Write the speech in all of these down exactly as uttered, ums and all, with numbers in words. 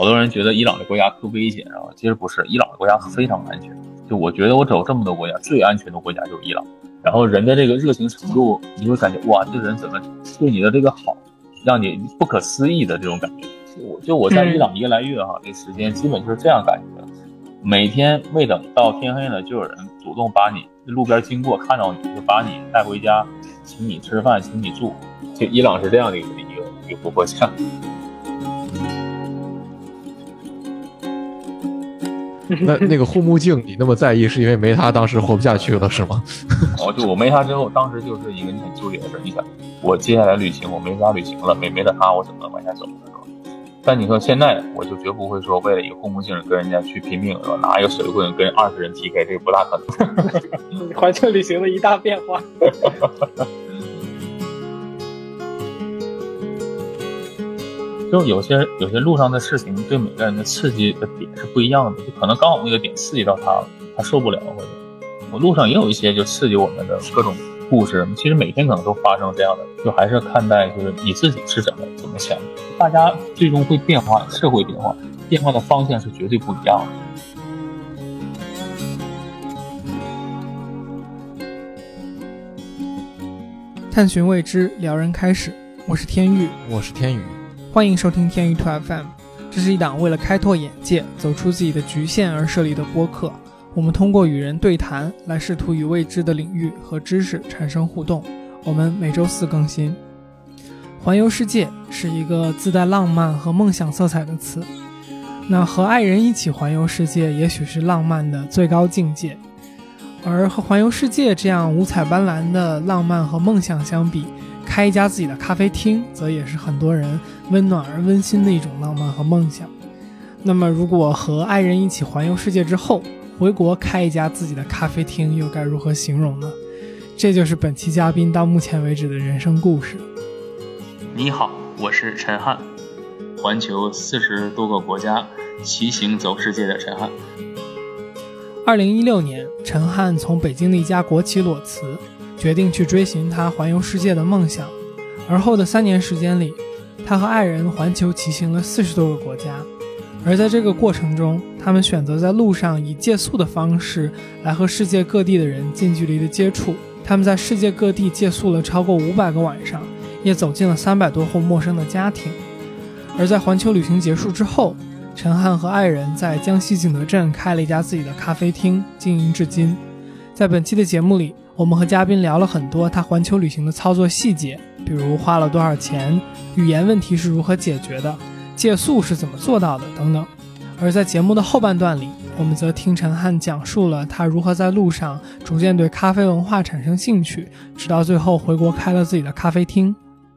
好多人觉得伊朗的国家特危险啊，其实不是，伊朗的国家非常安全。就我觉得我走这么多国家，最安全的国家就是伊朗。然后人的这个热情程度，你会感觉哇，这人怎么对你的这个好，让你不可思议的这种感觉。我就我在伊朗一个来月哈，这时间基本就是这样感觉的。每天未等到天黑了，就有人主动把你路边经过看到你就把你带回家，请你吃饭，请你住。就伊朗是这样的一个一个一个国家。 那那个护目镜你那么在意，是因为没它当时活不下去了是吗？ 哦，就我没它之后，当时就是一个你很纠结的事。你想，我接下来旅行我没法旅行了，没没了它我怎么往下走呢？是吧？但你说现在我就绝不会说为了一个护目镜跟人家去拼命，说拿一个水棍跟二十人 P K， 这个不大可能。环球旅行的一大变化。 就有些有些路上的事情对每个人的刺激的点是不一样的，就可能刚好那个点刺激到他了，他受不了，或者我路上也有一些就刺激我们的各种故事。其实每天可能都发生这样的，就还是看待就是你自己是怎么怎么想的。大家最终会变化，社会变化，变化的方向是绝对不一样的。探寻未知，撩人开始，我是天玉， 我是天宇。 欢迎收听天宇 To F M， 这是一档为了开拓眼界、走出自己的局限而设立的播客。我们通过与人对谈来试图与未知的领域和知识产生互动。我们每周四更新。环游世界是一个自带浪漫和梦想色彩的词，那和爱人一起环游世界也许是浪漫的最高境界，而和环游世界这样五彩斑斓的浪漫和梦想相比，开一家自己的咖啡厅则也是很多人温暖而温馨的一种浪漫和梦想。那么如果和爱人一起环游世界之后回国开一家自己的咖啡厅，又该如何形容呢？这就是本期嘉宾到目前为止的人生故事。 你好，我是陈汉，环球四十多个国家骑行走世界的陈汉。 二零一六年，陈汉从北京的一家国企裸辞，决定去追寻他环游世界的梦想。而后的三年时间里，他和爱人环球骑行了四十多个国家。而在这个过程中，他们选择在路上以借宿的方式来和世界各地的人近距离的接触。他们在世界各地借宿了超过五百个晚上，也走进了三百多户陌生的家庭。而在环球旅行结束之后，陈汉和爱人在江西景德镇开了一家自己的咖啡厅，经营至今。在本期的节目里，我们和嘉宾聊了很多他环球旅行的操作细节，比如花了多少钱，语言问题是如何解决的，借宿是怎么做到的等等。而在节目的后半段里，我们则听陈汉讲述了他如何在路上逐渐对咖啡文化产生兴趣，直到最后回国开了自己的咖啡厅。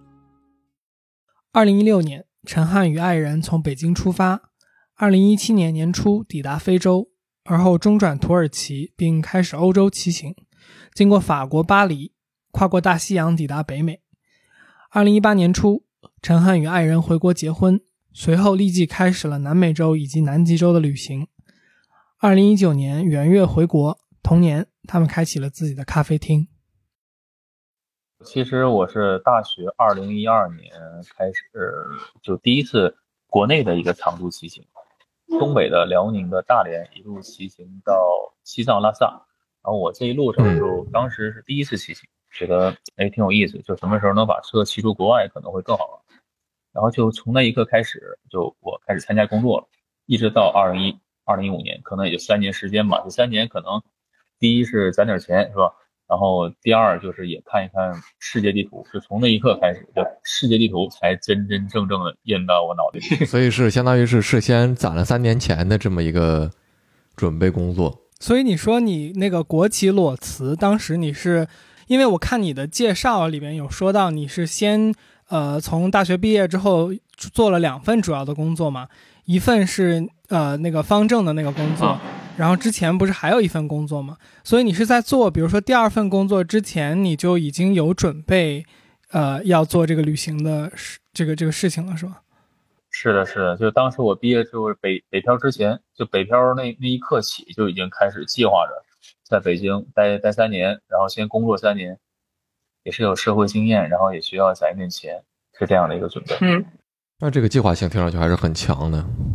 二零一六年，陈汉与爱人从北京出发，二零一七年年初抵达非洲，而后中转土耳其，并开始欧洲骑行，经过法国巴黎，跨过大西洋抵达北美。二零一八年初，陈汉与爱人回国结婚，随后立即开始了南美洲以及南极洲的旅行。二零一九年元月回国，同年他们开启了自己的咖啡厅。 其实我是大学二零一二年开始就第一次国内的一个长途骑行，东北的辽宁的大连一路骑行到西藏拉萨，然后我这一路上就当时是第一次骑行，觉得哎挺有意思，就什么时候能把车骑出国外可能会更好玩。然后就从那一刻开始，就我开始参加工作了，一直到二零一二零一五年，可能也就三年时间吧。这三年可能第一是攒点钱，是吧？然后第二就是也看一看世界地图，就从那一刻开始，就世界地图才真真正正的印到我脑袋里。 所以是相当于是事先攒了三年前的这么一个准备工作。 所以你说你那个国企裸辞，当时你是因为我看你的介绍里面有说到你是先呃从大学毕业之后做了两份主要的工作嘛，一份是呃那个方正的那个工作。啊，然后之前不是还有一份工作吗？所以你是在做比如说第二份工作之前你就已经有准备呃要做这个旅行的这个这个事情了是吧？ 是的是的，就当时我毕业就是北北漂之前，就北漂那那一刻起就已经开始计划着在北京待待三年，然后先工作三年，也是有社会经验，然后也需要攒一点钱，是这样的一个准备。 嗯， 那这个计划性听上去还是很强的。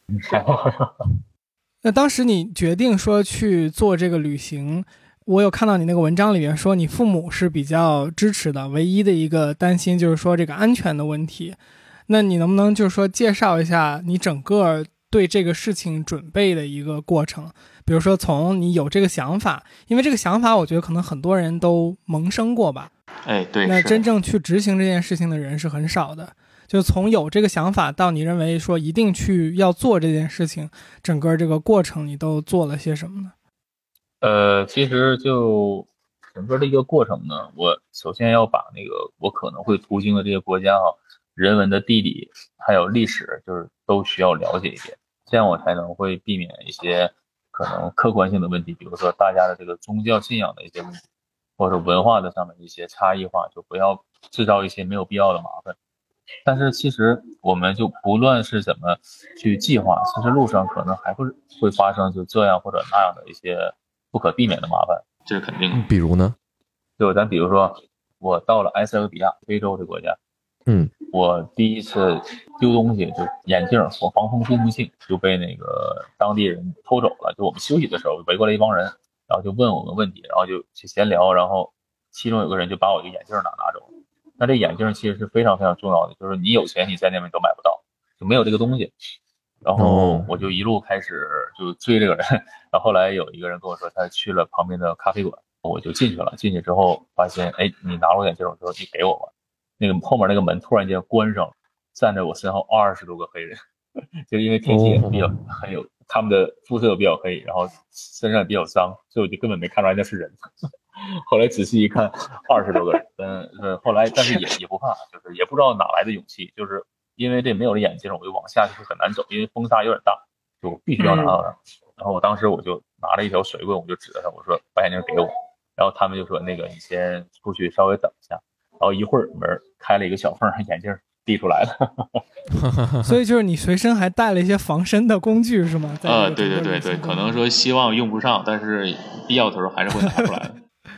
太好了。 那当时你决定说去做这个旅行，我有看到你那个文章里面说你父母是比较支持的，唯一的一个担心就是说这个安全的问题。那你能不能就是说介绍一下你整个对这个事情准备的一个过程？比如说从你有这个想法，因为这个想法我觉得可能很多人都萌生过吧。 哎，对。 那真正去执行这件事情的人是很少的。就从有这个想法到你认为说一定去要做这件事情，整个这个过程你都做了些什么呢？ 呃，其实就整个的一个过程呢，我首先要把那个我可能会途经的这些国家啊，人文的地理还有历史，就是都需要了解一遍，这样我才能会避免一些可能客观性的问题，比如说大家的这个宗教信仰的一些问题，或者文化的上面一些差异化，就不要制造一些没有必要的麻烦。但是其实我们就不论是怎么去计划，其实路上可能还会会发生就这样或者那样的一些不可避免的麻烦， 这是肯定。 比如呢？ 就咱比如说我到了埃塞俄比亚，非洲的国家， 嗯， 我第一次丢东西，就眼镜或防风护目镜就被那个当地人偷走了。就我们休息的时候，围过来一帮人，然后就问我们问题，然后就去闲聊，然后其中有个人就把我的眼镜拿拿走了。那这眼镜其实是非常非常重要的，就是你有钱你在那边都买不到，就没有这个东西。然后我就一路开始就追这个人，然后后来有一个人跟我说他去了旁边的咖啡馆，我就进去了。进去之后发现，哎，你拿了我眼镜，我说你给我吧。那个后面那个门突然间关上，站在我身后二十多个黑人，就因为天气也比较很有，他们的肤色比较黑，然后身上也比较脏，所以我就根本没看出来那是人。后来仔细一看，二十多个人，嗯嗯，后来但是也也不怕，就是也不知道哪来的勇气，就是因为这没有了眼镜，我就往下就是很难走，因为风沙有点大，就必须要拿到它。然后我当时我就拿了一条水棍，我就指着他，我说把眼镜给我。然后他们就说那个你先出去稍微等一下。然后一会儿门开了一个小缝，眼镜递出来了。 所以就是你随身还带了一些防身的工具是吗？ 啊、呃，对对对对，可能说希望用不上，但是必要的时候还是会拿出来的。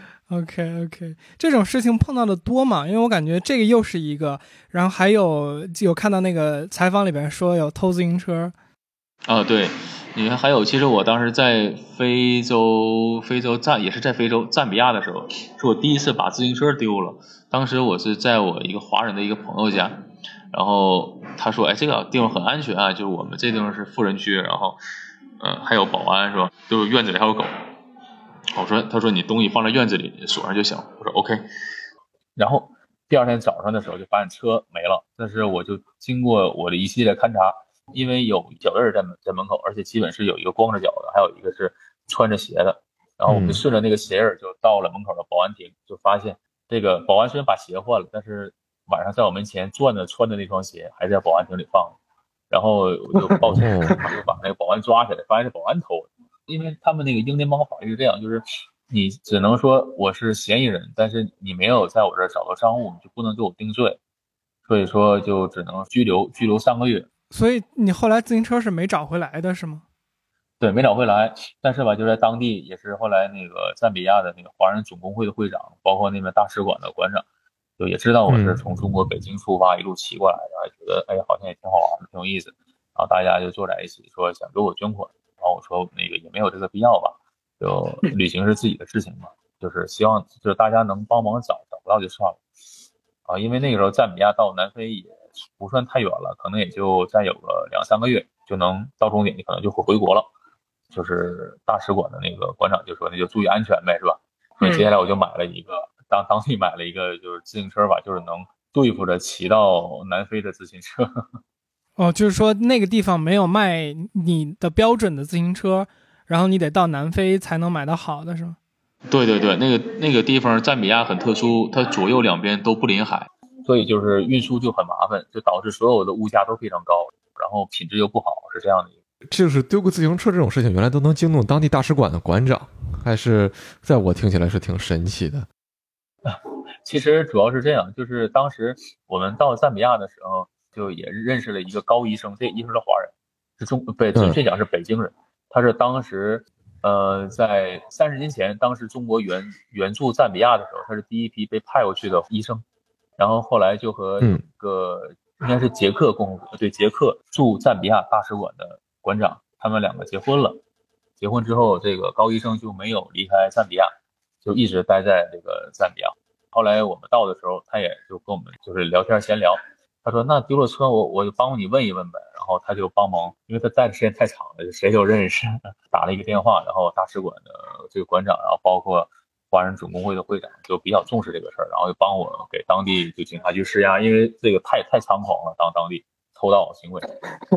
OK OK， 这种事情碰到的多嘛？因为我感觉这个又是一个，然后还有有看到那个采访里边说有偷自行车。 啊，对，你看还有，其实我当时在非洲，非洲赞也是在非洲赞比亚的时候，是我第一次把自行车丢了。当时我是在我一个华人的一个朋友家，然后他说，哎，这个地方很安全啊，就是我们这地方是富人区，然后，嗯、呃，还有保安是吧？就是院子里还有狗。我说，他说你东西放在院子里锁上就行。我说 OK。 然后第二天早上的时候就发现车没了，但是我就经过我的一系列勘察，因为有脚印在门在门口，而且基本是有一个光着脚的，还有一个是穿着鞋的。然后我们顺着那个鞋印就到了门口的保安亭，就发现这个保安虽然把鞋换了，但是晚上在我门前转的穿的那双鞋还在保安亭里放着。然后我就报警，就把那个保安抓起来，发现是保安偷的。因为他们那个英联邦法律是这样，就是你只能说我是嫌疑人，但是你没有在我这儿找到赃物，你就不能给我定罪，所以说就只能拘留拘留三个月。 所以你后来自行车是没找回来的是吗？ 对，没找回来。但是吧，就在当地也是后来那个赞比亚的那个华人总工会的会长，包括那边大使馆的馆长，就也知道我是从中国北京出发一路骑过来的，还觉得哎好像也挺好玩的，挺有意思。然后大家就坐在一起说想给我捐款。然后我说那个也没有这个必要吧，就旅行是自己的事情嘛，就是希望就是大家能帮忙找，找不到就算了啊。因为那个时候赞比亚到南非也不算太远了，可能也就再有个两三个月就能到终点，你可能就会回国了。就是大使馆的那个馆长就说那就注意安全呗，是吧？所以接下来我就买了一个当当地买了一个就是自行车吧，就是能对付着骑到南非的自行车。 哦，就是说那个地方没有卖你的标准的自行车，然后你得到南非才能买到好的是吗？ 对对对，那个那个地方赞比亚很特殊，它左右两边都不临海， 所以就是运输就很麻烦，就导致所有的物价都非常高，然后品质又不好，是这样的一个。 就是丢个自行车这种事情原来都能惊动当地大使馆的馆长，还是在我听起来是挺神奇的。 其实主要是这样，就是当时我们到赞比亚的时候就也认识了一个高医生，这医生是华人，是中北准确讲是北京人，他是当时呃在三十年前当时中国援援助赞比亚的时候，他是第一批被派过去的医生，然后后来就和一个、嗯、应该是捷克共和国对捷克驻赞比亚大使馆的馆馆长，他们两个结婚了。结婚之后，这个高医生就没有离开赞比亚，就一直待在这个赞比亚。后来我们到的时候，他也就跟我们就是聊天闲聊。他说：“那丢了车我，我我就帮你问一问呗。”然后他就帮忙，因为他待的时间太长了，就谁都认识，打了一个电话，然后大使馆的这个馆长，然后包括华人总工会的会长就比较重视这个事儿，然后就帮我给当地就警察局施压，因为这个太太猖狂了，当当地偷盗行为。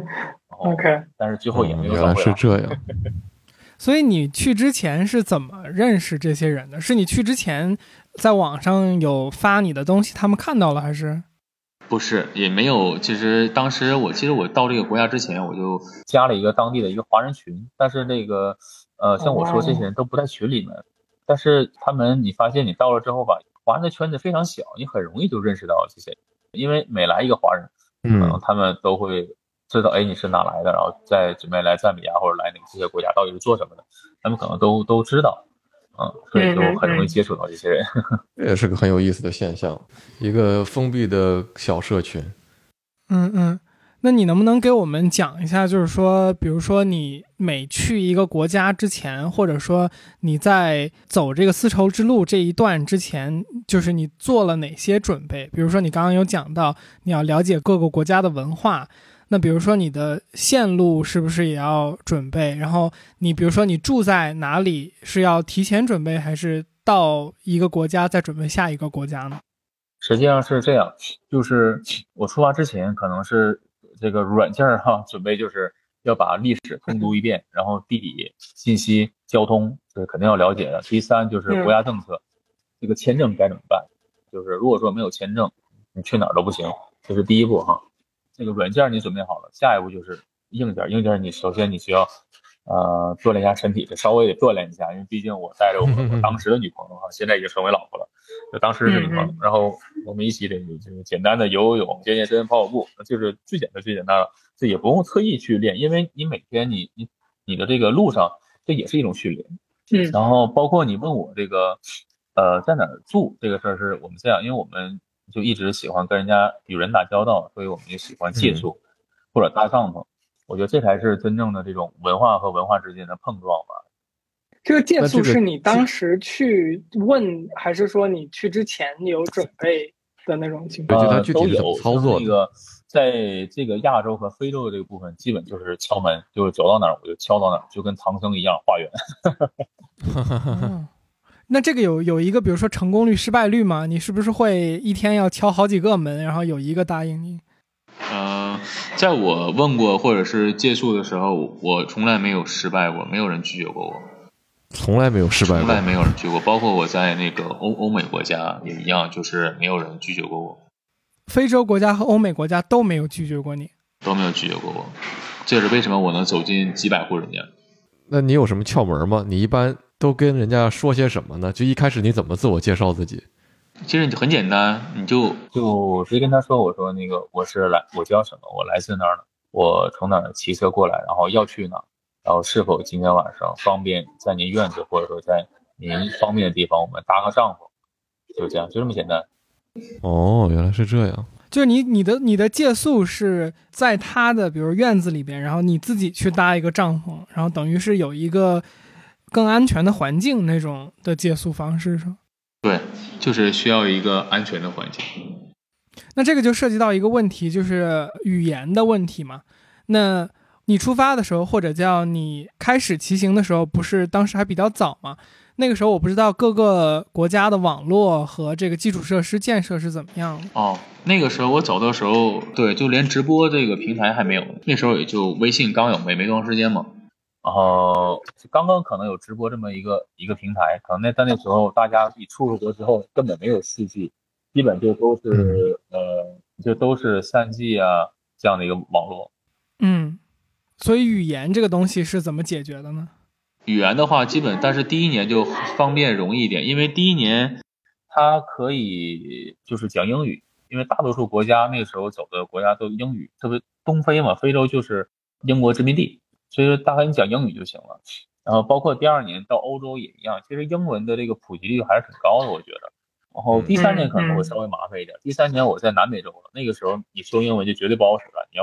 OK， 但是最后也没有哦、原来是这样。 所以你去之前是怎么认识这些人的？是你去之前在网上有发你的东西，他们看到了还是？ 不是，也没有。其实当时我其实我到这个国家之前，我就加了一个当地的一个华人群，但是那个呃，像我说这些人都不在群里面，哦、但是他们你发现你到了之后吧，华人的圈子非常小，你很容易就认识到这些人，因为每来一个华人， 嗯， 可能他们都会知道，哎，你是哪来的，然后再准备来赞比亚或者来哪个这些国家到底是做什么的，他们可能都都知道。嗯，所以就很容易接触到这些人。 这也是个很有意思的现象，一个封闭的小社群。 嗯嗯，那你能不能给我们讲一下，就是说，比如说你每去一个国家之前，或者说你在走这个丝绸之路这一段之前，就是你做了哪些准备？比如说你刚刚有讲到你要了解各个国家的文化。那比如说你的线路是不是也要准备？然后你比如说你住在哪里，是要提前准备，还是到一个国家再准备下一个国家呢？ 实际上是这样，就是我出发之前可能是这个软件哈，准备就是要把历史通读一遍，然后地理信息、交通是肯定要了解的。第三就是国家政策，这个签证该怎么办？就是如果说没有签证，你去哪儿都不行，这是第一步哈。这个软件你准备好了，下一步就是硬件。硬件你首先你需要呃锻炼一下身体，稍微得锻炼一下，因为毕竟我带着我我当时的女朋友哈，现在已经成为老婆了，就当时的女朋友，然后我们一起得就是简单的游游泳、健健身、跑跑步，就是最简单最简单了，这也不用特意去练，因为你每天你你你的这个路上，这也是一种训练。 嗯， 然后包括你问我这个呃在哪儿住这个事儿，是我们这样，因为我们就一直喜欢跟人家与人打交道，所以我们就喜欢借宿、嗯、或者搭帐篷。我觉得这才是真正的这种文化和文化之间的碰撞吧。 这个借宿是你当时去问，还是说你去之前你有准备的那种情况？ 呃，都有操作。 那个在这个亚洲和非洲的这个部分，基本就是敲门，就是走到哪儿我就敲到哪儿，就跟唐僧一样化缘。 嗯，那这个有有一个比如说成功率失败率吗？你是不是会一天要敲好几个门，然后有一个答应你？ 呃，在我问过或者是借宿的时候，我从来没有失败过，没有人拒绝过我， 从来没有失败过， 从来没有人拒绝过，包括我在那个欧欧美国家也一样，就是没有人拒绝过我。 非洲国家和欧美国家都没有拒绝过你？ 都没有拒绝过我，这是为什么我能走进几百户人家。 那你有什么窍门吗？你一般都跟人家说些什么呢？就一开始你怎么自我介绍自己？ 其实很简单，你就就直接跟他说，我说那个我是来，我叫什么，我来自哪儿的，我从哪儿骑车过来，然后要去哪儿，然后是否今天晚上方便在您院子或者说在您方便的地方我们搭个帐篷，就这样，就这么简单。 哦，原来是这样。 就是你你的你的借宿是在他的比如院子里边，然后你自己去搭一个帐篷，然后等于是有一个更安全的环境那种的借宿方式是吗？ 对，就是需要一个安全的环境。 那这个就涉及到一个问题，就是语言的问题嘛。那你出发的时候，或者叫你开始骑行的时候，不是当时还比较早嘛？那个时候我不知道各个国家的网络和这个基础设施建设是怎么样的。 哦，那个时候我走的时候，对，就连直播这个平台还没有，那时候也就微信刚有没没多长时间嘛。 然后刚刚可能有直播这么一个一个平台，可能那在那时候大家一出了国之后根本没有四 G， 基本就都是、嗯、呃就都是三 G 啊这样的一个网络。 嗯，所以语言这个东西是怎么解决的呢？ 语言的话基本但是第一年就方便容易一点，因为第一年它可以就是讲英语，因为大多数国家那个时候走的国家都英语，特别东非嘛，非洲就是英国殖民地，所以说大概你讲英语就行了。然后包括第二年到欧洲也一样，其实英文的这个普及率还是挺高的我觉得。然后第三年可能会稍微麻烦一点，第三年我在南美洲了，那个时候你说英文就绝对不好使了，你要讲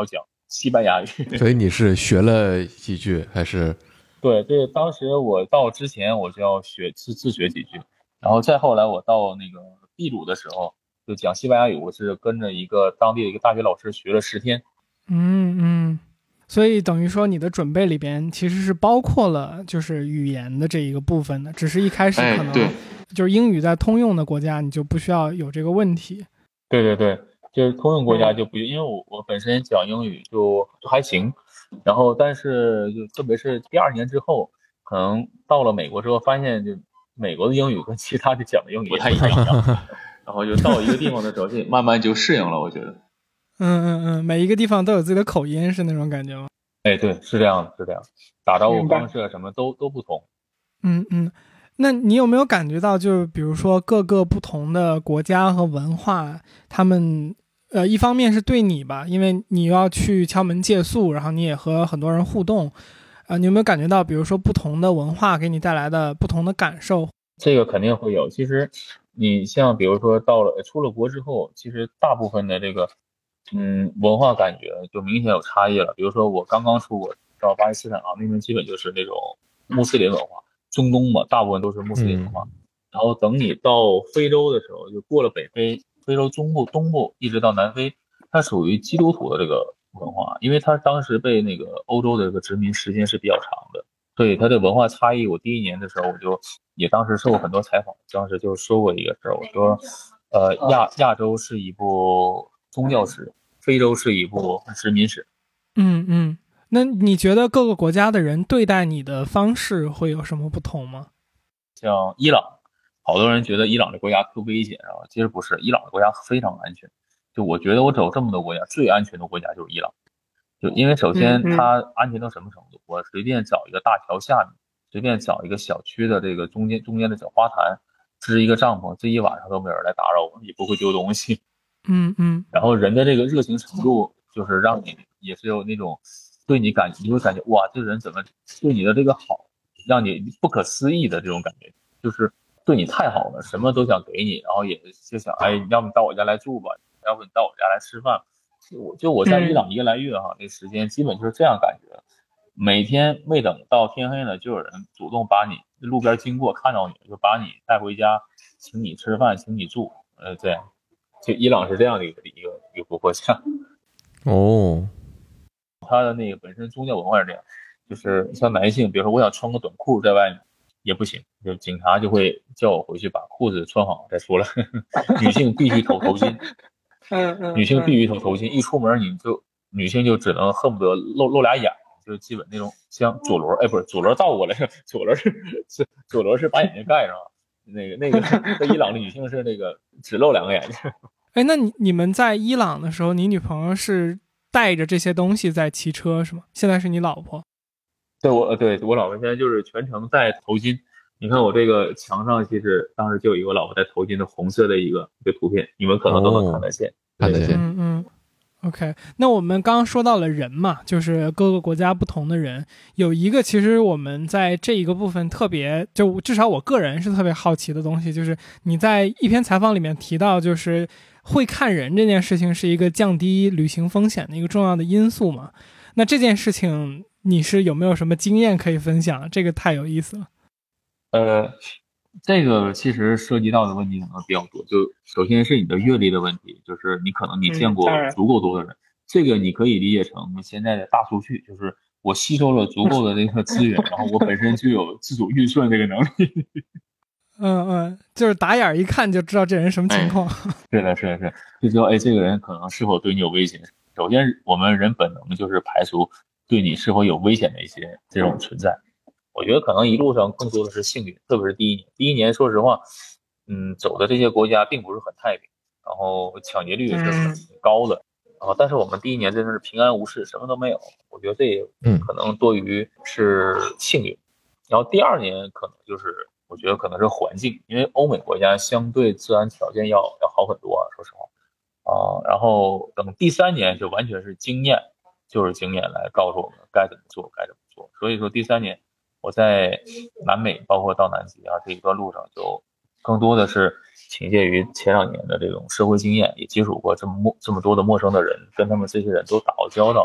西班牙语。 所以你是学了几句还是？ 对对，当时我到之前我就要学自自学几句，然后再后来我到那个秘鲁的时候，就讲西班牙语，我是跟着一个当地的一个大学老师学了十天。 嗯嗯，所以等于说你的准备里边其实是包括了就是语言的这一个部分的，只是一开始可能就是英语在通用的国家你就不需要有这个问题。 对对对，就是通用国家就不，因为我我本身讲英语就就还行。然后，但是就特别是第二年之后，可能到了美国之后，发现就美国的英语跟其他的讲的英语不太一样，然后就到一个地方的时候，就慢慢就适应了。我觉得， 嗯嗯嗯，每一个地方都有自己的口音，是那种感觉吗？ 哎，对，是这样的，是这样，打招呼方式什么都都不同。 嗯嗯，那你有没有感觉到，就是比如说各个不同的国家和文化，他们。呃，一方面是对你吧，因为你要去敲门借宿，然后你也和很多人互动，呃，你有没有感觉到，比如说不同的文化给你带来的不同的感受？ 这个肯定会有。其实，你像比如说到了出了国之后，其实大部分的这个，嗯，文化感觉就明显有差异了。比如说我刚刚出国到巴基斯坦啊，那边基本就是那种穆斯林文化，中东嘛，大部分都是穆斯林文化。嗯、然后等你到非洲的时候，就过了北非。非洲中部、东部一直到南非，它属于基督徒的这个文化，因为它当时被那个欧洲的这个殖民时间是比较长的，所以它的文化差异。我第一年的时候，我就也当时受过很多采访，当时就说过一个事儿，我说，呃，亚亚洲是一部宗教史，非洲是一部殖民史。 嗯嗯，那你觉得各个国家的人对待你的方式会有什么不同吗？ 像伊朗。好多人觉得伊朗这国家特危险啊，其实不是，伊朗的国家非常安全。就我觉得我走这么多国家，最安全的国家就是伊朗。就因为首先它安全到什么程度，我随便找一个大桥下面，随便找一个小区的这个中间中间的小花坛，支一个帐篷，这一晚上都没有人来打扰我，也不会丢东西。 嗯嗯。 然后人的这个热情程度，就是让你也是有那种对你感，你会感觉哇，这个人怎么对你的这个好，让你不可思议的这种感觉，就是。对你太好了，什么都想给你，然后也就想，哎，要不你到我家来住吧，要不你到我家来吃饭。我就我在伊朗一个来月哈，那时间基本就是这样感觉。每天没等到天黑了，就有人主动把你路边经过看到你就把你带回家，请你吃饭，请你住，呃，这样。就伊朗是这样的一个一个一个国家。 哦， 他的那个本身宗教文化是这样，就是像男性，比如说我想穿个短裤在外面。也不行，就警察就会叫我回去把裤子穿好再说了。女性必须头头巾， 嗯嗯， 女性必须头头巾，一出门你就女性就只能恨不得露露俩眼，就基本那种像左轮，哎，不是左轮倒过来，左轮是是左轮是把眼睛盖上，那个那个在伊朗的女性是那个只露两个眼睛。 哎，那你你们在伊朗的时候，你女朋友是带着这些东西在骑车是吗？现在是你老婆？ 对我对我老婆现在就是全程戴头巾。你看我这个墙上，其实当时就有一个我老婆戴头巾的红色的一个一个图片，你们可能都能看得见。 看得见。 嗯嗯。OK， 那我们刚刚说到了人嘛，就是各个国家不同的人，有一个其实我们在这一个部分特别，就至少我个人是特别好奇的东西，就是你在一篇采访里面提到，就是会看人这件事情是一个降低旅行风险的一个重要的因素嘛。那这件事情你是有没有什么经验可以分享？这个太有意思了。 呃，这个其实涉及到的问题可能比较多。就首先是你的阅历的问题，就是你可能你见过足够多的人，嗯、这个你可以理解成现在的大数据，就是我吸收了足够的这个资源，然后我本身就有自主运算这个能力。 嗯嗯，就是打眼一看就知道这人什么情况。 哎、是的，是的，是的，就知道哎，这个人可能是否对你有危险。首先，我们人本能就是排除对你是否有危险的一些这种存在。我觉得可能一路上更多的是幸运，特别是第一年。第一年，说实话，嗯，走的这些国家并不是很太平，然后抢劫率也是很高的。然后，但是我们第一年真的是平安无事，什么都没有。我觉得这也可能多于是幸运。然后第二年可能就是，我觉得可能是环境，因为欧美国家相对自然条件要要好很多啊，说实话。啊，然后等第三年就完全是经验，就是经验来告诉我们该怎么做，该怎么做。所以说第三年我在南美，包括到南极啊这一段路上，就更多的是倾借于前两年的这种社会经验，也接触过这么陌这么多的陌生的人，跟他们这些人都打过交道，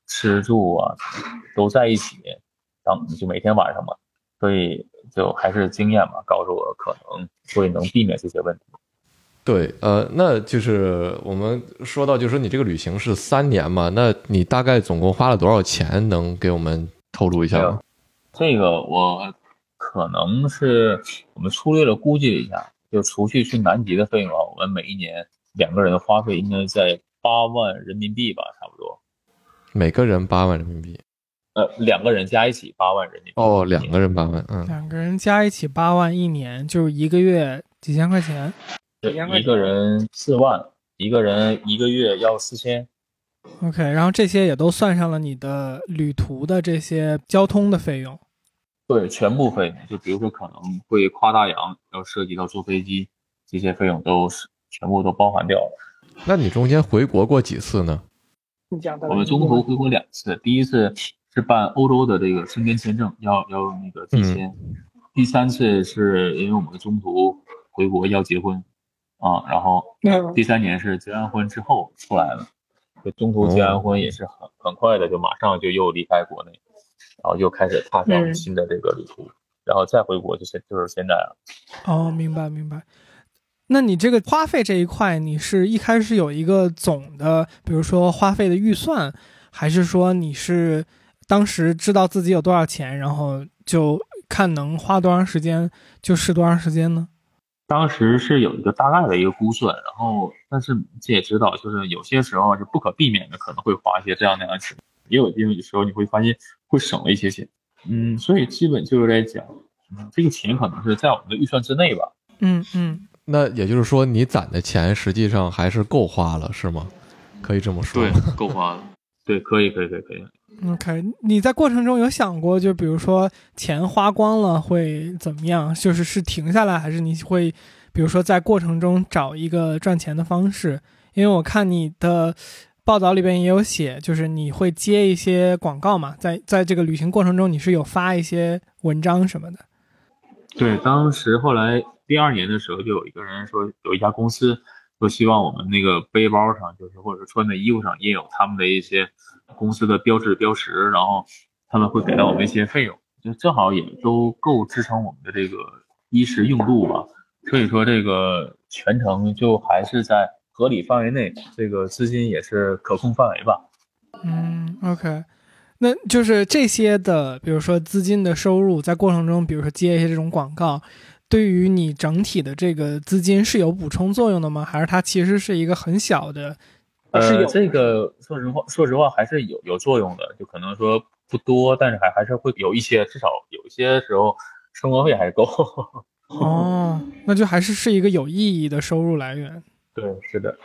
吃住啊都在一起，当就每天晚上嘛，所以就还是经验嘛，告诉我可能会能避免这些问题。 对，呃，那就是我们说到，就是说你这个旅行是三年嘛，那你大概总共花了多少钱？能给我们透露一下吗？ 这个我可能是我们粗略的估计了一下，就除去去南极的费用，我们每一年两个人的花费应该在八万人民币吧，差不多。 每个人八万人民币。 呃，两个人加一起八万人民币。 哦，两个人八万，嗯， 两个人加一起八万，一年就是一个月几千块钱。 对，一个人四万，一个人一个月要四千。 OK， 然后这些也都算上了你的旅途的这些交通的费用。 对，全部费用，就比如说可能会跨大洋，要涉及到坐飞机，这些费用都是全部都包含掉了。 那你中间回国过几次呢？ 我们中途回国两次，第一次是办欧洲的这个申根签证，要要那个提前、嗯、第三次是因为我们中途回国要结婚啊，然后第三年是结完婚之后出来了，就中途结完婚也是很、哦、很快的，就马上就又离开国内，然后又开始踏上新的这个旅途、嗯、然后再回国就是就是现在了。 哦，明白明白。那你这个花费这一块，你是一开始有一个总的，比如说花费的预算，还是说你是当时知道自己有多少钱，然后就看能花多长时间就是多长时间呢？ 当时是有一个大概的一个估算，然后但是这也知道，就是有些时候是不可避免的，可能会花一些这样那样的钱，也有有时候你会发现会省了一些钱。嗯，所以基本就是在讲，嗯、这个钱可能是在我们的预算之内吧。 嗯嗯。 那也就是说，你攒的钱实际上还是够花了，是吗？可以这么说。 对，够花了。 对，可以，可以，可以，可以。 OK， 你在过程中有想过，就比如说钱花光了会怎么样？就是是停下来，还是你会，比如说在过程中找一个赚钱的方式？因为我看你的报道里边也有写，就是你会接一些广告嘛，在在这个旅行过程中，你是有发一些文章什么的。 对，当时后来第二年的时候，就有一个人说，有一家公司说希望我们那个背包上，就是或者穿的衣服上也有他们的一些公司的标志标识，然后他们会给到我们一些费用，就正好也都够支撑我们的这个衣食用度吧。所以说这个全程就还是在合理范围内，这个资金也是可控范围吧。 嗯 ，OK。那就是这些的，比如说资金的收入，在过程中，比如说接一些这种广告，对于你整体的这个资金是有补充作用的吗？还是它其实是一个很小的？ 呃，这个说实话，说实话还是有有作用的，就可能说不多，但是还还是会有一些，至少有一些时候生活费还够。 哦，那就还是是一个有意义的收入来源。 对，是的。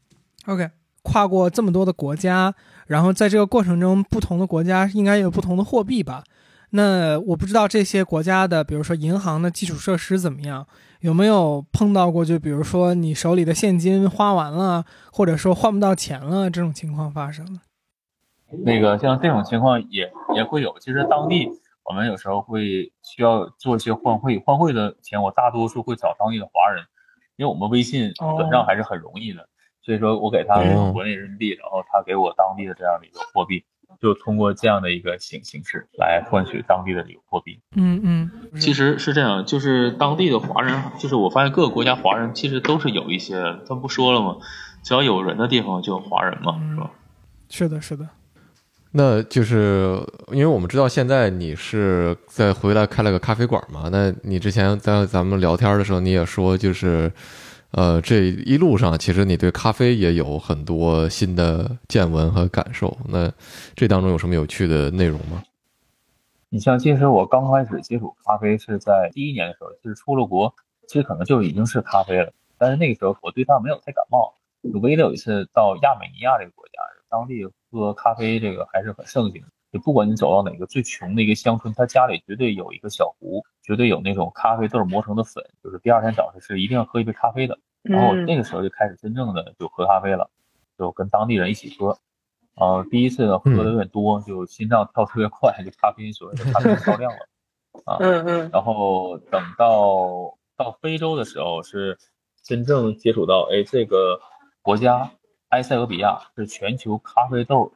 OK， 跨过这么多的国家。然后在这个过程中，不同的国家应该有不同的货币吧？那我不知道这些国家的，比如说银行的基础设施怎么样，有没有碰到过就比如说你手里的现金花完了，或者说换不到钱了这种情况发生了？ 那个像这种情况也也会有，其实当地我们有时候会需要做一些换汇，换汇的钱我大多数会找当地的华人，因为我们微信转账还是很容易的。哦，所以说我给他国内人民币，然后他给我当地的这样的一个货币，就通过这样的一个形形式来换取当地的这个货币。 嗯嗯， 其实是这样，就是当地的华人，就是我发现各个国家华人其实都是有一些，他不说了吗？只要有人的地方就有华人嘛，是吧？ 是的，是的。 那就是因为我们知道现在你是在回来开了个咖啡馆嘛，那你之前在咱们聊天的时候你也说就是。呃，这一路上其实你对咖啡也有很多新的见闻和感受，那这当中有什么有趣的内容吗？ 你像其实我刚开始接触咖啡是在第一年的时候，就是出了国，其实可能就已经是咖啡了，但是那个时候我对它没有太感冒。唯一的有一次到亚美尼亚这个国家，当地喝咖啡这个还是很盛行，就不管你走到哪个最穷的一个乡村，他家里绝对有一个小壶，绝对有那种咖啡豆磨成的粉，就是第二天早上是一定要喝一杯咖啡的。然后那个时候就开始真正的就喝咖啡了，就跟当地人一起喝。呃，第一次呢喝的有点多，就心脏跳特别快，就咖啡因所谓的咖啡因超量了啊。 嗯嗯。 然后等到到非洲的时候，是真正接触到，哎，这个国家埃塞俄比亚是全球咖啡豆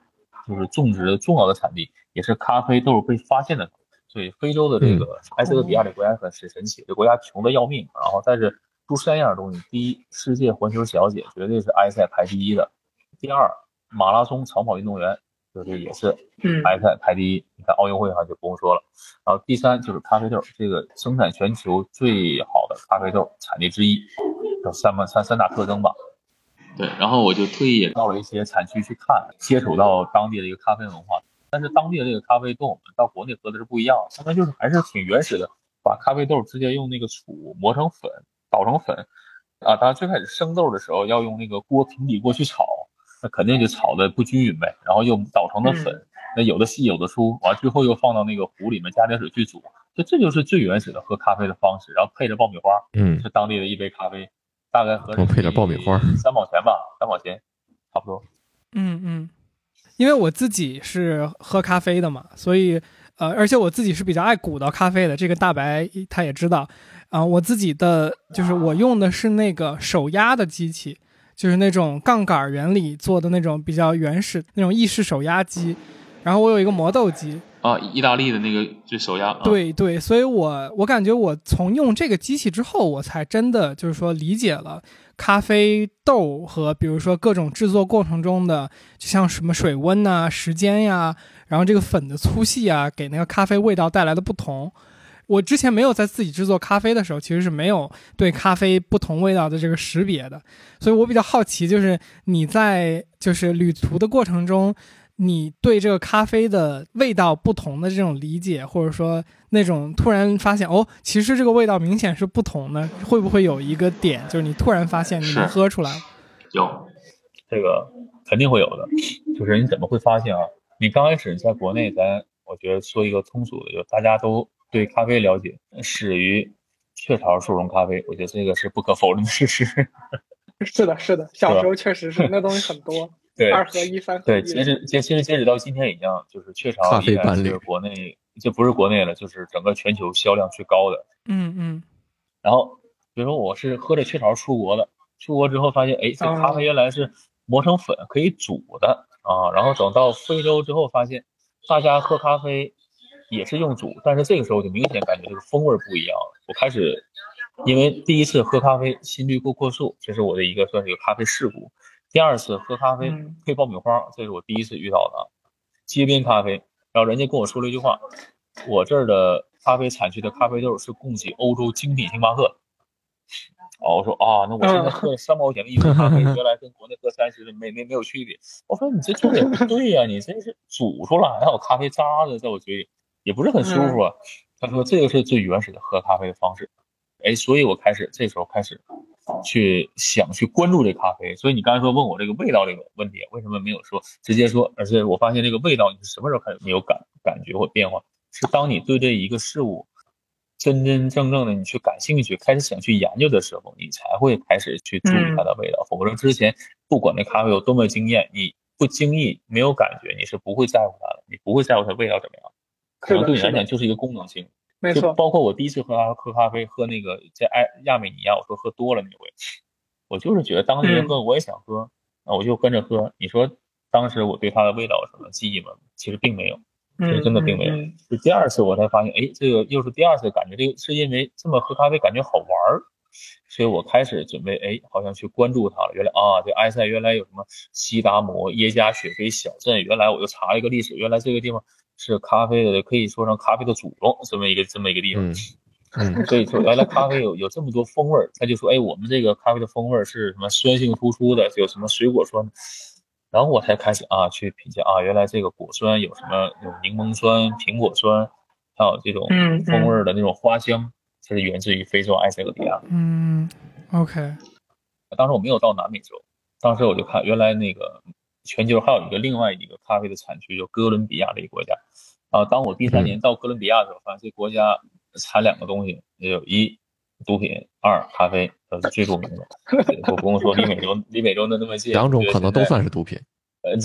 就是种植的重要的产地，也是咖啡豆被发现的。所以非洲的这个埃塞俄比亚这个国家很神奇，这国家穷的要命，然后但是出三样东西，第一，世界环球小姐绝对是埃塞排第一的；第二，马拉松长跑运动员就是也是埃塞排第一。你看奥运会上就不用说了。然后第三就是咖啡豆，这个生产全球最好的咖啡豆产地之一，有三三三大特征吧。 对，然后我就特意也到了一些产区去看，接触到当地的一个咖啡文化。但是当地的这个咖啡跟我们到国内喝的是不一样，他们就是还是挺原始的，把咖啡豆直接用那个杵磨成粉，捣成粉啊。当然最开始生豆的时候要用那个锅平底锅去炒，那肯定就炒的不均匀呗，然后又捣成了粉，那有的细有的粗，完最后又放到那个壶里面加点水去煮，就这就是最原始的喝咖啡的方式。然后配着爆米花， 嗯， 是当地的一杯咖啡，大概合配点爆米花， 三毛钱吧，三毛钱差不多。 嗯嗯。因为我自己是喝咖啡的嘛，所以呃，而且我自己是比较爱鼓捣咖啡的，这个大白他也知道啊、呃。我自己的就是我用的是那个手压的机器，就是那种杠杆原理做的那种比较原始那种意式手压机，然后我有一个磨豆机啊，意大利的那个就手压。 对对，所以我我感觉我从用这个机器之后，我才真的就是说理解了咖啡豆和比如说各种制作过程中的，就像什么水温啊、时间呀，然后这个粉的粗细啊，给那个咖啡味道带来的不同。我之前没有在自己制作咖啡的时候，其实是没有对咖啡不同味道的这个识别的，所以我比较好奇，就是你在就是旅途的过程中，你对这个咖啡的味道不同的这种理解，或者说那种突然发现哦，其实这个味道明显是不同的，会不会有一个点，就是你突然发现你能喝出来？ 有， 这个肯定会有的。就是你怎么会发现啊？你刚开始在国内，咱我觉得说一个通俗的，就大家都对咖啡了解始于雀巢速溶咖啡，我觉得这个是不可否认的事实。 是的，是的，小时候确实是那东西很多。 对， 二合一、三合对， 一。 截止截其实截止到今天一样，就是雀巢依然是国内，就不是国内了，就是整个全球销量最高的。 嗯嗯。 然后，比如说我是喝着雀巢出国的，出国之后发现，哎，这咖啡原来是磨成粉可以煮的啊。然后等到非洲之后，发现大家喝咖啡也是用煮，但是这个时候就明显感觉这个风味不一样了。我开始，因为第一次喝咖啡心率过过速，这是我的一个算是一个咖啡事故。第二次喝咖啡配爆米花，这是我第一次遇到的街边咖啡。然后人家跟我说了一句话，我这儿的咖啡产区的咖啡豆是供给欧洲精品星巴克。哦，我说啊，那我现在喝三毛钱的一杯咖啡，原来跟国内喝三十的没没没有区别。我说你这做的也不对呀、啊，你这是煮出来还有咖啡渣子在我嘴里，也不是很舒服啊。他说这个是最原始的喝咖啡的方式。哎，所以我开始这时候开始去想去关注这咖啡。所以你刚才说问我这个味道这个问题，为什么没有说直接说？而且我发现这个味道你是什么时候开始没有感感觉或变化？是当你对这一个事物真真正正的你去感兴趣，开始想去研究的时候，你才会开始去注意它的味道。否则之前不管那咖啡有多么惊艳，你不经意没有感觉，你是不会在乎它的，你不会在乎它味道怎么样。可能对你来讲就是一个功能性。 没错， 包括我第一次喝喝咖啡，喝那个在埃亚美尼亚，我说喝多了那回，我就是觉得当地人喝我也想喝，啊、嗯，我就跟着喝。你说当时我对它的味道有什么记忆吗？其实并没有，其实真的并没有。 嗯、 就第二次我才发现，哎，这个又是第二次感觉，这个是因为这么喝咖啡感觉好玩儿，所以我开始准备，哎，好像去关注它了。原来啊，这埃塞原来有什么西达摩、耶加雪菲小镇，原来我又查了一个历史，原来这个地方是咖啡的，可以说成咖啡的祖宗，这么一个这么一个地方。 嗯，嗯所以说原来咖啡有有这么多风味，他就说，哎，我们这个咖啡的风味是什么酸性突出的，有什么水果酸，然后我才开始啊去品鉴啊，原来这个果酸有什么有柠檬酸、苹果酸，还有这种风味的那种花香，这是源自于非洲埃塞俄比亚。 嗯 ，OK。 当时我没有到南美洲，当时我就看原来那个全球还有一个另外一个咖啡的产区，就哥伦比亚的一个国家。啊，当我第三年到哥伦比亚的时候，发现这国家产两个东西，也有一毒品，二咖啡，这是最著名的。我不用说离美洲离美洲的那么近， 两种可能都算是毒品。 呃，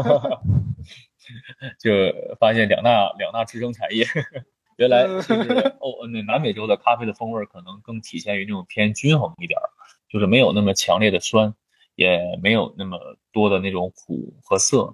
就发现两大两大支撑产业。原来其实哦，那南美洲的咖啡的风味可能更体现于那种偏均衡一点，就是没有那么强烈的酸，也没有那么多的那种苦和涩。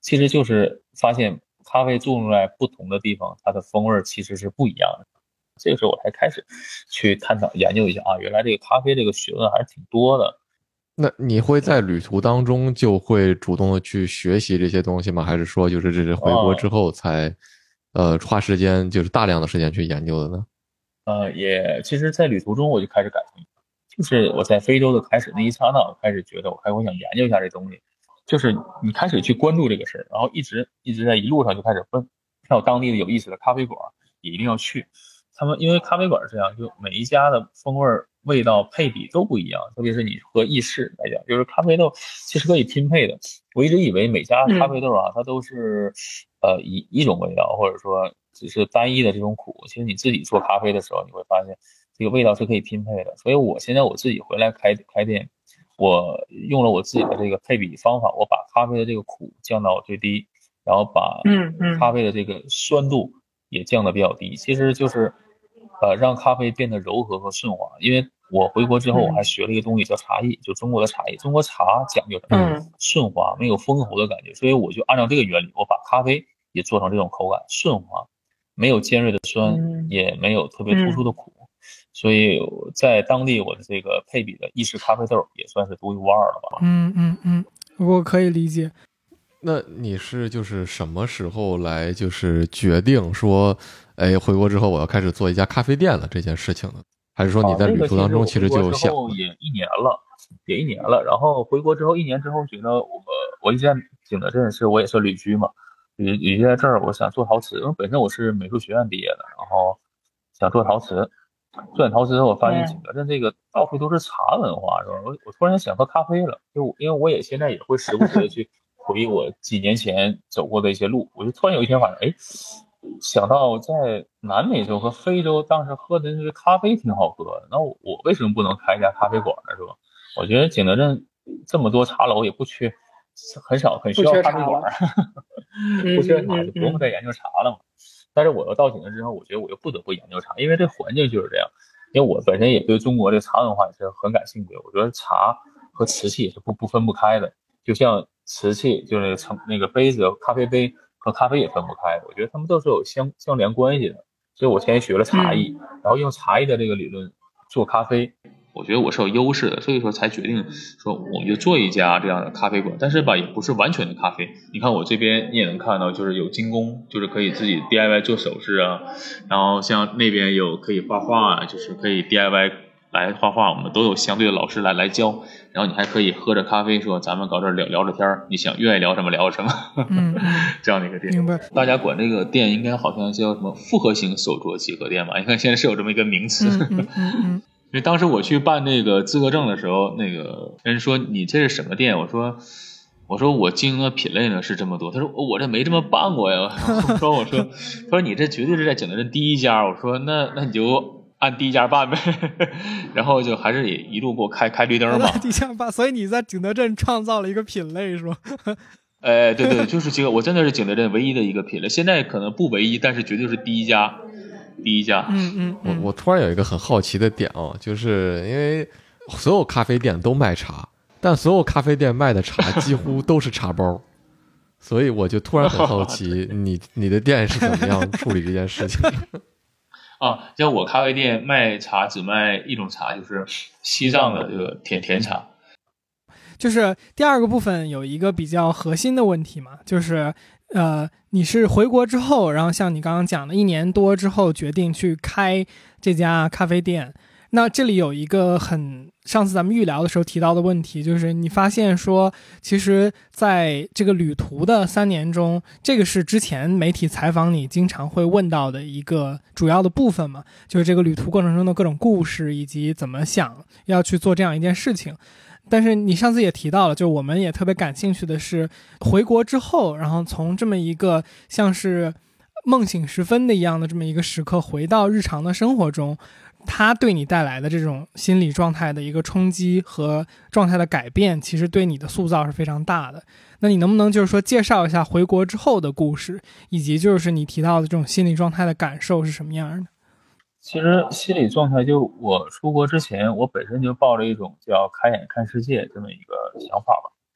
其实就是发现咖啡种在不同的地方，它的风味其实是不一样的。这个时候我才开始去探讨研究一下啊，原来这个咖啡这个学问还是挺多的。 那你会在旅途当中就会主动的去学习这些东西吗？还是说就是这是回国之后才、哦、呃花时间就是大量的时间去研究的呢？ 呃，也其实在旅途中我就开始感兴趣，就是我在非洲的开始那一刹那，我开始觉得我开始我想研究一下这东西，就是你开始去关注这个事儿，然后一直一直在一路上就开始问，看有当地的有意思的咖啡馆也一定要去。他们因为咖啡馆这样，就每一家的风味味道配比都不一样，特别是你和意式来讲，就是咖啡豆其实可以拼配的。我一直以为每家咖啡豆啊，它都是呃一一种味道，或者说只是单一的这种苦。其实你自己做咖啡的时候，你会发现这个味道是可以拼配的。所以我现在我自己回来开开店，我用了我自己的这个配比方法，我把咖啡的这个苦降到最低，然后把咖啡的这个酸度也降得比较低。其实就是呃，让咖啡变得柔和和顺滑。因为我回国之后，我还学了一个东西叫茶艺，就中国的茶艺。中国茶讲究什么？顺滑，没有封喉的感觉。所以我就按照这个原理，我把咖啡也做成这种口感，顺滑，没有尖锐的酸，也没有特别突出的苦。所以在当地我的这个配比的意式咖啡豆也算是独一无二了吧。 嗯嗯嗯，我可以理解。 那你是就是什么时候来就是决定说，哎，回国之后我要开始做一家咖啡店了这件事情呢？还是说你在旅途当中其实就有想了？ 啊，那个、也一年了，也一年了。然后回国之后一年之后，觉得我我一直在景德镇，是我也是旅居嘛，旅旅居在这儿，我想做陶瓷，因为本身我是美术学院毕业的，然后想做陶瓷。做点陶瓷，我发现景德镇这个到处都是茶文化，是吧？我我突然想喝咖啡了，就因为我也现在也会时不时的去回忆我几年前走过的一些路，我就突然有一天晚上，哎，想到在南美洲和非洲当时喝的那个咖啡挺好喝的，那我我为什么不能开一家咖啡馆呢？是吧？我觉得景德镇这么多茶楼也不缺，很少很需要咖啡馆，不缺茶就不用再研究茶了嘛。但是我要到景德镇之后，我觉得我又不得不研究茶，因为这环境就是这样。因为我本身也对中国这茶文化也是很感兴趣，我觉得茶和瓷器也是不不分不开的，就像瓷器就是那个盛那个杯子，咖啡杯和咖啡也分不开的，我觉得他们都是有相相连关系的。所以我先学了茶艺，然后用茶艺的这个理论做咖啡。 我觉得我是有优势的，所以说才决定说我们就做一家这样的咖啡馆，但是吧也不是完全的咖啡。你看我这边你也能看到，就是有精工，就是可以自己 D I Y 做首饰啊，然后像那边有可以画画啊，就是可以 D I Y 来画画，我们都有相对的老师来来教。然后你还可以喝着咖啡说咱们搞这聊聊着天，你想愿意聊什么聊什么， 嗯、 这样的一个店。 明白。 大家管这个店应该好像叫什么复合型手作集合店吧？你看现在是有这么一个名词。 嗯嗯嗯嗯因为当时我去办那个资格证的时候，那个人说你这是什么店？我说我说我经营的品类呢是这么多。他说我这没这么办过呀。我说我说他说你这绝对是在景德镇第一家。我说那那你就按第一家办呗。然后就还是也一路给我开开绿灯嘛。 第一家办，所以你在景德镇创造了一个品类是吧？ 哎，对对，就是这个，我真的是景德镇唯一的一个品类。现在可能不唯一，但是绝对是第一家。第一家， 嗯嗯， 我我突然有一个很好奇的点哦，就是因为所有咖啡店都卖茶，但所有咖啡店卖的茶几乎都是茶包，所以我就突然很好奇，你你的店是怎么样处理这件事情的？ 啊，像我咖啡店卖茶只卖一种茶，就是西藏的这个甜甜茶。 就是第二个部分有一个比较核心的问题嘛，就是呃，你是回国之后，然后像你刚刚讲的，一年多之后决定去开这家咖啡店。那这里有一个很上次咱们预聊的时候提到的问题，就是你发现说，其实在这个旅途的三年中，这个是之前媒体采访你经常会问到的一个主要的部分嘛，就是这个旅途过程中的各种故事以及怎么想要去做这样一件事情。但是你上次也提到了，就我们也特别感兴趣的是回国之后，然后从这么一个像是梦醒时分的一样的这么一个时刻回到日常的生活中，它对你带来的这种心理状态的一个冲击和状态的改变，其实对你的塑造是非常大的。那你能不能就是说介绍一下回国之后的故事，以及就是你提到的这种心理状态的感受是什么样的？ 其实心理状态，就我出国之前，我本身就抱着一种叫开眼看世界这么一个想法吧。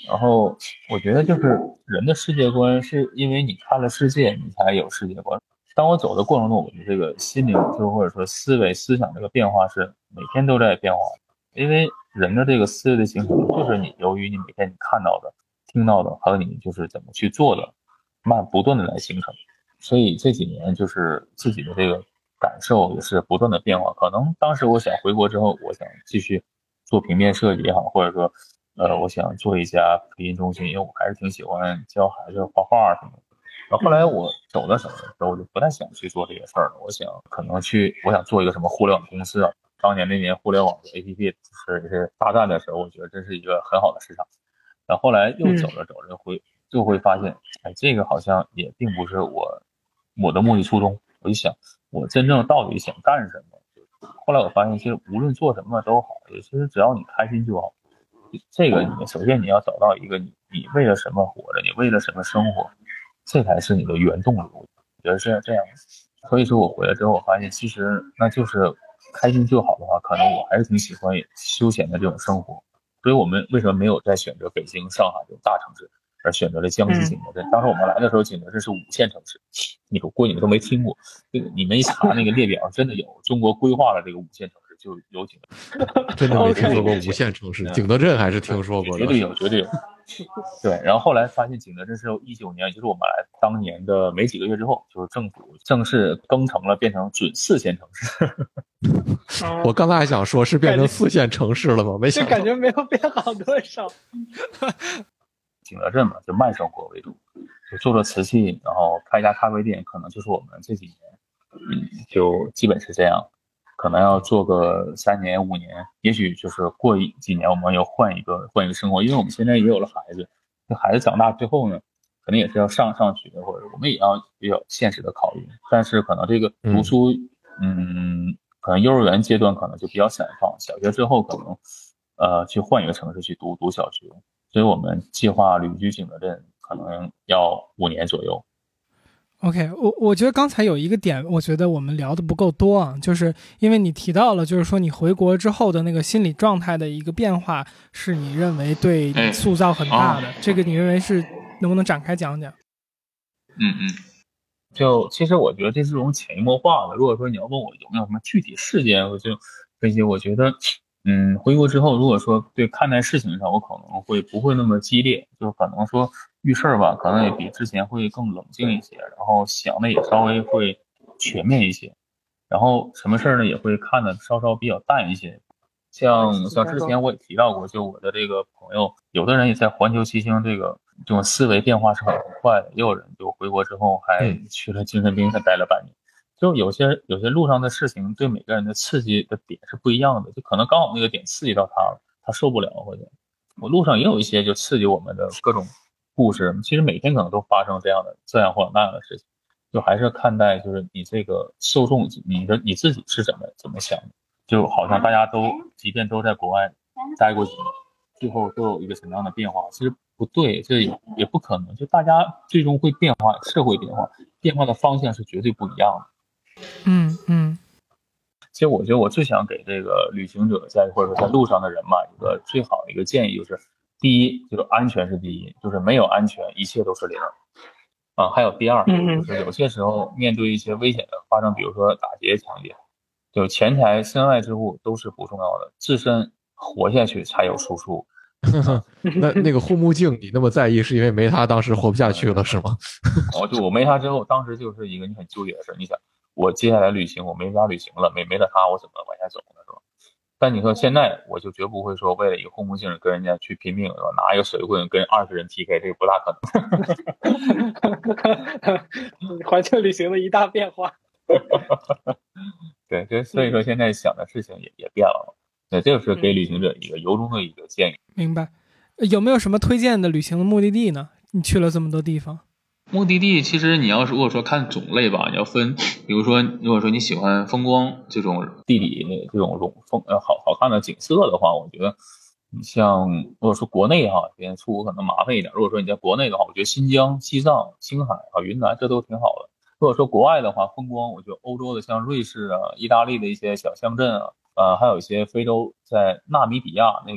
然后我觉得就是人的世界观是因为你看了世界，你才有世界观。当我走的过程中，我觉得这个心灵就或者说思维思想这个变化是每天都在变化的，因为人的这个思维的形成就是你由于你每天你看到的、听到的，还有你就是怎么去做的，慢不断的来形成。所以这几年就是自己的这个感受也是不断的变化。可能当时我想回国之后，我想继续做平面设计也好，或者说呃，我想做一家配音中心，因为我还是挺喜欢教孩子画画什么的。然后后来我走的时候，我就不太想去做这些事儿了。我想可能去，我想做一个什么互联网公司啊。当年那年互联网的 A P P 是是大战的时候，我觉得这是一个很好的市场。然后后来又走着走着会就会发现，哎，这个好像也并不是我我的目的初衷。我就想，我真正到底想干什么？后来我发现，其实无论做什么都好，其实只要你开心就好。这个你首先你要找到一个你你为了什么活着，你为了什么生活，这才是你的原动力。我觉得是这样。所以说我回来之后，我发现其实那就是开心就好的话，可能我还是挺喜欢休闲的这种生活。所以我们为什么没有再选择北京、上海这种大城市，而选择了江西景德镇？当时我们来的时候，景德镇是五线城市，你说估计你都没听过。这个你们一查那个列表，真的有中国规划了这个五线城市，就有景德镇。 真的没听说过五线城市，景德镇还是听说过的。 绝对有，绝对有。对，然后后来发现景德镇是一九年，就是我们来当年的没几个月之后，就是政府正式更成了，变成准四线城市。 我刚才还想说，是变成四线城市了吗？没想到， 就感觉没有变好多少。 景德镇嘛，就慢生活为主，就做做瓷器，然后开一家咖啡店，可能就是我们这几年，嗯，就基本是这样。可能要做个三年五年，也许就是过几年我们要换一个换一个生活，因为我们现在也有了孩子，那孩子长大之后呢，可能也是要上上学，或者我们也要比较现实的考虑。但是可能这个读书，嗯，嗯可能幼儿园阶段可能就比较散放，小学之后可能呃去换一个城市去读读小学，所以我们计划旅居景德镇，可能要五年左右。 OK， 我我觉得刚才有一个点，我觉得我们聊的不够多啊，就是因为你提到了，就是说你回国之后的那个心理状态的一个变化，是你认为对你塑造很大的，哎哦、这个你认为是能不能展开讲讲？ 嗯嗯， 就其实我觉得这是种潜移默化的。如果说你要问我有没有什么具体事件，我就分析，我觉得，嗯，回国之后，如果说对看待事情上，我可能会不会那么激烈，就可能说。遇事儿吧，可能也比之前会更冷静一些，然后想的也稍微会全面一些，然后什么事儿呢也会看的稍稍比较淡一些。像像之前我也提到过，就我的这个朋友，有的人也在环球骑行，这个这种思维变化是很快的，也有人就回国之后还去了精神病院待了半年。就有些有些路上的事情对每个人的刺激的点是不一样的，就可能刚好那个点刺激到他了，他受不了，或者我路上也有一些就刺激我们的各种故事，其实每天可能都发生这样的这样或者那样的事情，就还是看待就是你这个受众，你的你自己是怎么怎么想的，就好像大家都即便都在国外待过几年，最后都有一个什么样的变化，其实不对，这也也不可能，就大家最终会变化，社会变化，变化的方向是绝对不一样的。 嗯嗯。 其实我觉得我最想给这个旅行者在或者说在路上的人嘛，一个最好的一个建议就是。第一就是安全是第一，就是没有安全一切都是零啊。还有第二，就是有些时候面对一些危险的发生，比如说打劫、抢劫，就钱财身外之物都是不重要的，自身活下去才有出处。 那那个护目镜你那么在意，是因为没它当时活不下去了是吗？ 哦，就我没它之后，当时就是一个你很纠结的事。你想，我接下来旅行我没法旅行了，没没了它我怎么往下走呢，是吧？但你说现在我就绝不会说为了一个护目镜跟人家去拼命，拿一个水棍跟二十人 P K， 这个不大可能。环球旅行的一大变化。 对，这所以说现在想的事情也也变了。对，这就是给旅行者一个由衷的一个建议。 明白。有没有什么推荐的旅行的目的地呢？你去了这么多地方。 目的地其实你要如果说看种类吧，你要分，比如说如果说你喜欢风光这种地理这种风呃好好看的景色的话，我觉得你像如果说国内哈，别人出国可能麻烦一点。如果说你在国内的话，我觉得新疆、西藏、青海啊、云南这都挺好的。如果说国外的话，风光我觉得欧洲的像瑞士啊、意大利的一些小乡镇啊，呃还有一些非洲在纳米比亚那个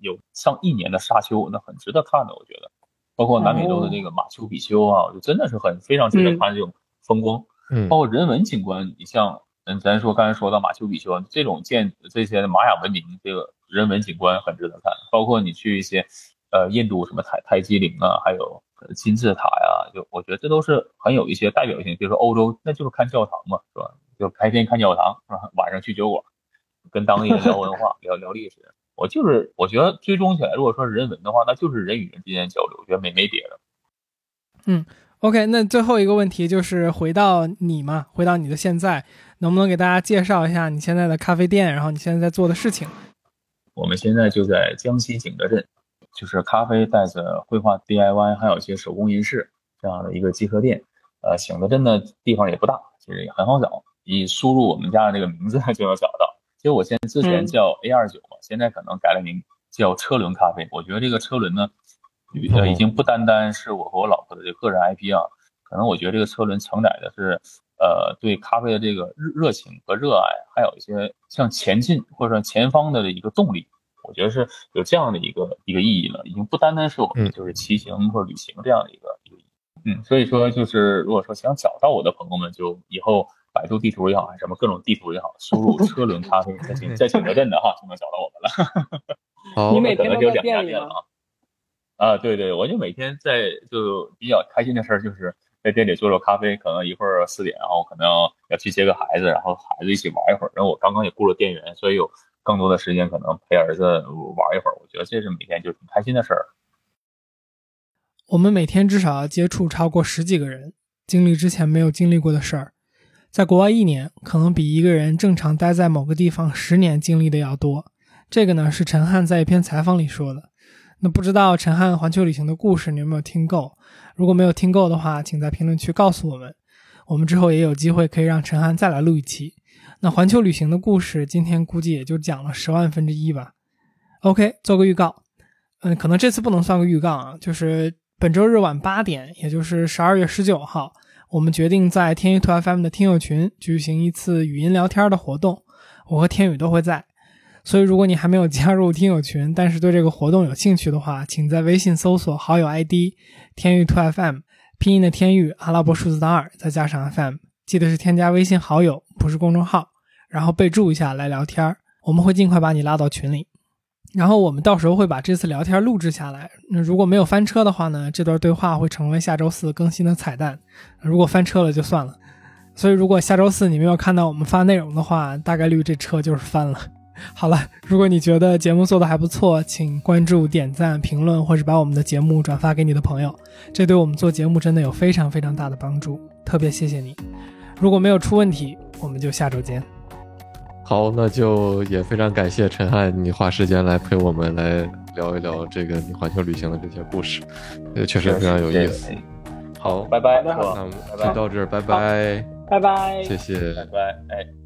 有上一年的沙丘，那很值得看的，我觉得。包括南美洲的这个马丘比丘啊，就真的是很非常值得看这种风光。 嗯， 包括人文景观，你像嗯，咱说刚才说到马丘比丘这种建这些玛雅文明，这个人文景观很值得看。包括你去一些呃印度什么泰泰姬陵啊，还有金字塔呀，就我觉得这都是很有一些代表性。比如说欧洲，那就是看教堂嘛，是吧？就白天看教堂，是吧？晚上去酒馆，跟当地人聊文化，聊聊历史。我就是我觉得追踪起来，如果说人文的话，那就是人与人之间交流，我觉得没没别的。 嗯 ，OK， 那最后一个问题就是回到你嘛，回到你的现在，能不能给大家介绍一下你现在的咖啡店，然后你现在在做的事情？ 我们现在就在江西景德镇，就是咖啡带着绘画 D I Y， 还有一些手工银饰这样的一个集合店。呃，景德镇的地方也不大，其实也很好找，你输入我们家的这个名字就能找到。其实我现在之前叫 A 二十九 嘛，现在可能改了名叫车轮咖啡。我觉得这个车轮呢，呃，已经不单单是我和我老婆的这个个人 I P 啊，可能我觉得这个车轮承载的是呃对咖啡的这个热情和热爱，还有一些像前进或者前方的一个动力。我觉得是有这样的一个一个意义了，已经不单单是我们就是骑行或者旅行这样的一个一个意义。嗯，所以说就是如果说想找到我的朋友们，就以后百度地图也好，还是什么各种地图也好，输入车轮咖啡在景在景德镇的哈，就能找到我们了。 好，你每天都在店里了啊？啊，对对，我就每天在就比较开心的事儿就是在店里做做咖啡，可能一会儿四点，然后可能要去接个孩子，然后孩子一起玩一会儿。然后我刚刚也雇了店员，所以有更多的时间可能陪儿子玩一会儿。我觉得这是每天就挺开心的事儿。 我们每天至少要接触超过十几个人，经历之前没有经历过的事儿。在国外一年，可能比一个人正常待在某个地方十年经历的要多。这个呢，是陈汉在一篇采访里说的。那不知道陈汉环球旅行的故事你有没有听够？如果没有听够的话，请在评论区告诉我们。我们之后也有机会可以让陈汉再来录一期。那环球旅行的故事，今天估计也就讲了十万分之一吧。OK， 做个预告。嗯，可能这次不能算个预告啊，就是本周日晚八点，也就是十二月十九号，我们决定在天宇 two F M 的听友群举行一次语音聊天的活动，我和天宇都会在。所以如果你还没有加入听友群，但是对这个活动有兴趣的话，请在微信搜索好友 I D 天宇 two F M， 拼音的天宇，阿拉伯数字的二，再加上 F M， 记得是添加微信好友，不是公众号，然后备注一下来聊天，我们会尽快把你拉到群里。然后我们到时候会把这次聊天录制下来，那如果没有翻车的话呢，这段对话会成为下周四更新的彩蛋，如果翻车了就算了。所以如果下周四你没有看到我们发内容的话，大概率这车就是翻了。好了，如果你觉得节目做得还不错，请关注、点赞、评论，或者把我们的节目转发给你的朋友，这对我们做节目真的有非常非常大的帮助，特别谢谢你。如果没有出问题，我们就下周见。 好，那就也非常感谢陈汉，你花时间来陪我们来聊一聊这个你环球旅行的这些故事，这确实非常有意思。好， 拜拜， 那我们就到这儿，拜拜， 拜拜， 谢谢， 拜拜，哎。